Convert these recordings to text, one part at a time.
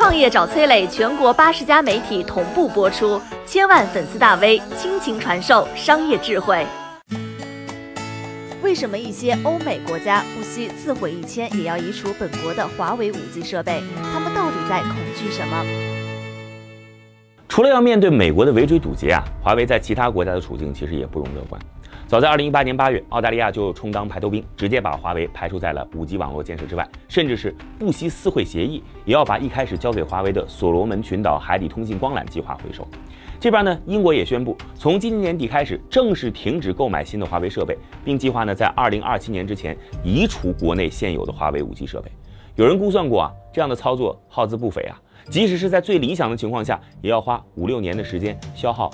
创业找崔磊，全国80家媒体同步播出，千万粉丝大 V倾情传授商业智慧。为什么一些欧美国家不惜自毁1000也要移除本国的华为5G 设备？他们到底在恐惧什么？ 除了要面对美国的围追堵截华为在其他国家的处境其实也不容乐观。早在2018年8月，澳大利亚就充当排头兵，直接把华为排除在了5G 网络建设之外，甚至是不惜撕毁协议，也要把一开始交给华为的所罗门群岛海底通信光缆计划回收。这边呢，英国也宣布从今年年底开始正式停止购买新的华为设备，并计划呢在2027年之前移除国内现有的华为5G 设备。有人估算过这样的操作耗资不菲即使是在最理想的情况下，也要花5-6年的时间，消耗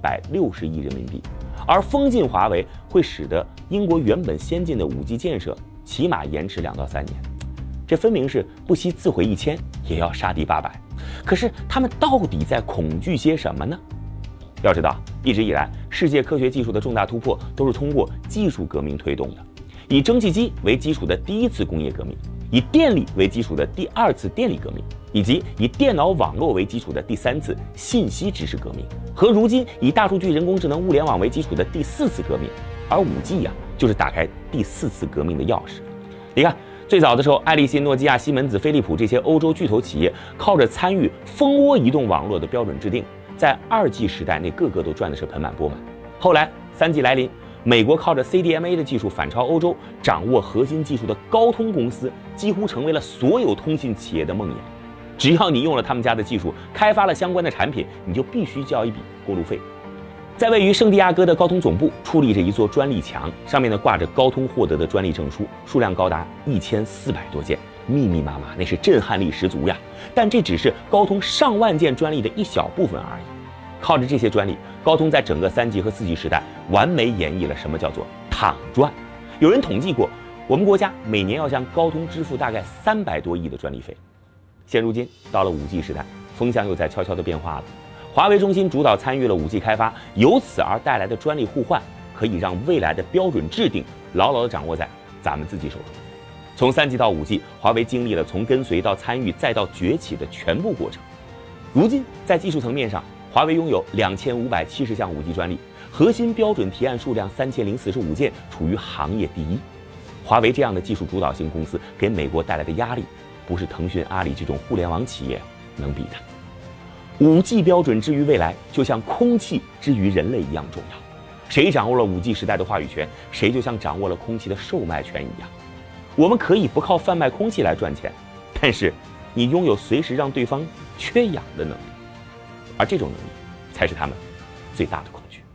160亿人民币。而封禁华为会使得英国原本先进的5G 建设起码延迟2到3年，这分明是不惜自毁1000也要杀敌800。可是他们到底在恐惧些什么呢？要知道，一直以来，世界科学技术的重大突破都是通过技术革命推动的。以蒸汽机为基础的第一次工业革命，以电力为基础的第2次电力革命，以及以电脑网络为基础的第3次信息知识革命，和如今以大数据、人工智能、物联网为基础的第4次革命。而5G就是打开第4次革命的钥匙。你看，最早的时候，爱立信、诺基亚、西门子、飞利浦这些欧洲巨头企业靠着参与蜂窝移动网络的标准制定，在2G 时代那个个都赚的是盆满钵满。后来3G 来临，美国靠着 CDMA 的技术反超欧洲，掌握核心技术的高通公司几乎成为了所有通信企业的梦魇。只要你用了他们家的技术，开发了相关的产品，你就必须交一笔过路费。在位于圣地亚哥的高通总部矗立着一座专利墙，上面呢挂着高通获得的专利证书，数量高达1400多件，密密麻麻，那是震撼力十足呀。但这只是高通上万件专利的一小部分而已。靠着这些专利，高通在整个3G 和4G 时代完美演绎了什么叫做躺赚。有人统计过，我们国家每年要向高通支付大概300多亿的专利费。现如今到了5G 时代，风向又在悄悄地变化了。华为中心主导参与了5G 开发，由此而带来的专利互换，可以让未来的标准制定牢牢地掌握在咱们自己手中。从3G 到5G，华为经历了从跟随到参与再到崛起的全部过程。如今在技术层面上，华为拥有2570项5G 专利，核心标准提案数量3045件，处于行业第一。华为这样的技术主导型公司给美国带来的压力，不是腾讯、阿里这种互联网企业能比的。5G 标准之于未来，就像空气之于人类一样重要。谁掌握了5G 时代的话语权，谁就像掌握了空气的售卖权一样。我们可以不靠贩卖空气来赚钱，但是你拥有随时让对方缺氧的能力，而这种能力才是他们最大的恐惧。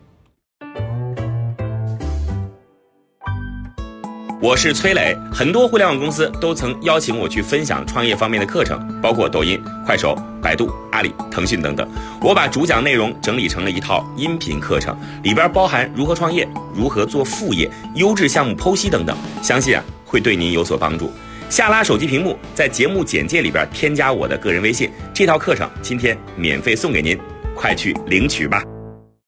我是崔磊，很多互联网公司都曾邀请我去分享创业方面的课程，包括抖音、快手、百度、阿里、腾讯等等。我把主讲内容整理成了一套音频课程，里边包含如何创业、如何做副业、优质项目剖析等等，相信会对您有所帮助。下拉手机屏幕，在节目简介里边添加我的个人微信，这套课程今天免费送给您，快去领取吧。